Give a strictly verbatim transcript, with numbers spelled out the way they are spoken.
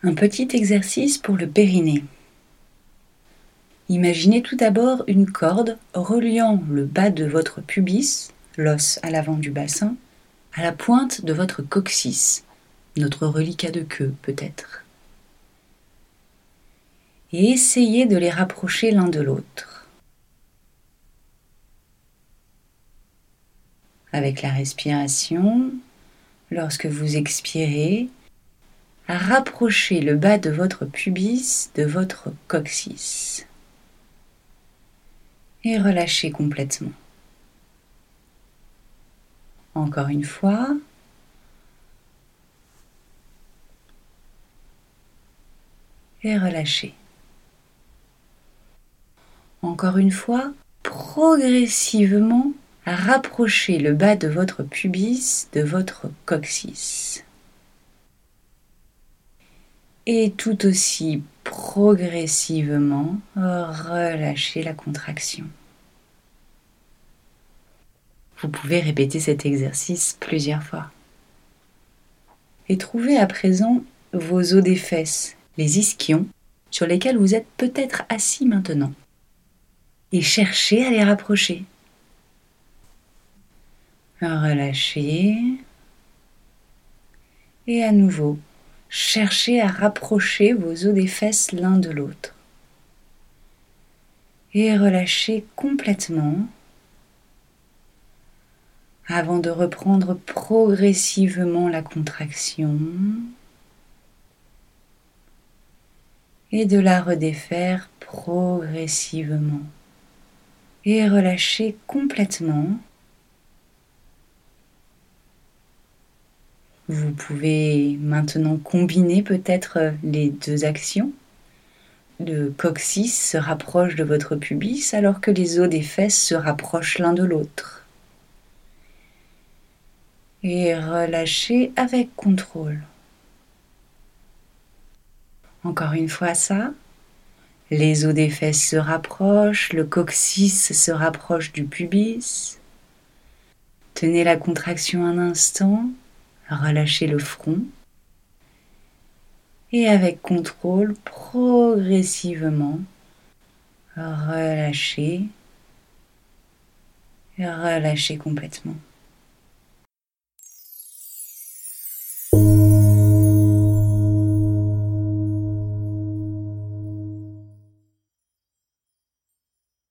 Un petit exercice pour le périnée. Imaginez tout d'abord une corde reliant le bas de votre pubis, l'os à l'avant du bassin, à la pointe de votre coccyx, notre reliquat de queue peut-être. Et essayez de les rapprocher l'un de l'autre. Avec la respiration, lorsque vous expirez, rapprochez le bas de votre pubis de votre coccyx. Et relâchez complètement. Encore une fois. Et relâchez. Encore une fois, progressivement, rapprochez le bas de votre pubis de votre coccyx. Et tout aussi progressivement, relâchez la contraction. Vous pouvez répéter cet exercice plusieurs fois. Et trouvez à présent vos os des fesses, les ischions, sur lesquels vous êtes peut-être assis maintenant. Et cherchez à les rapprocher. Relâchez. Et à nouveau, cherchez à rapprocher vos os des fesses l'un de l'autre. Et relâchez complètement avant de reprendre progressivement la contraction et de la redéfaire progressivement. Et relâchez complètement. Vous pouvez maintenant combiner peut-être les deux actions. Le coccyx se rapproche de votre pubis alors que les os des fesses se rapprochent l'un de l'autre. Et relâchez avec contrôle. Encore une fois ça. Les os des fesses se rapprochent, le coccyx se rapproche du pubis. Tenez la contraction un instant, relâchez le front. Et avec contrôle, progressivement, relâchez, relâchez complètement.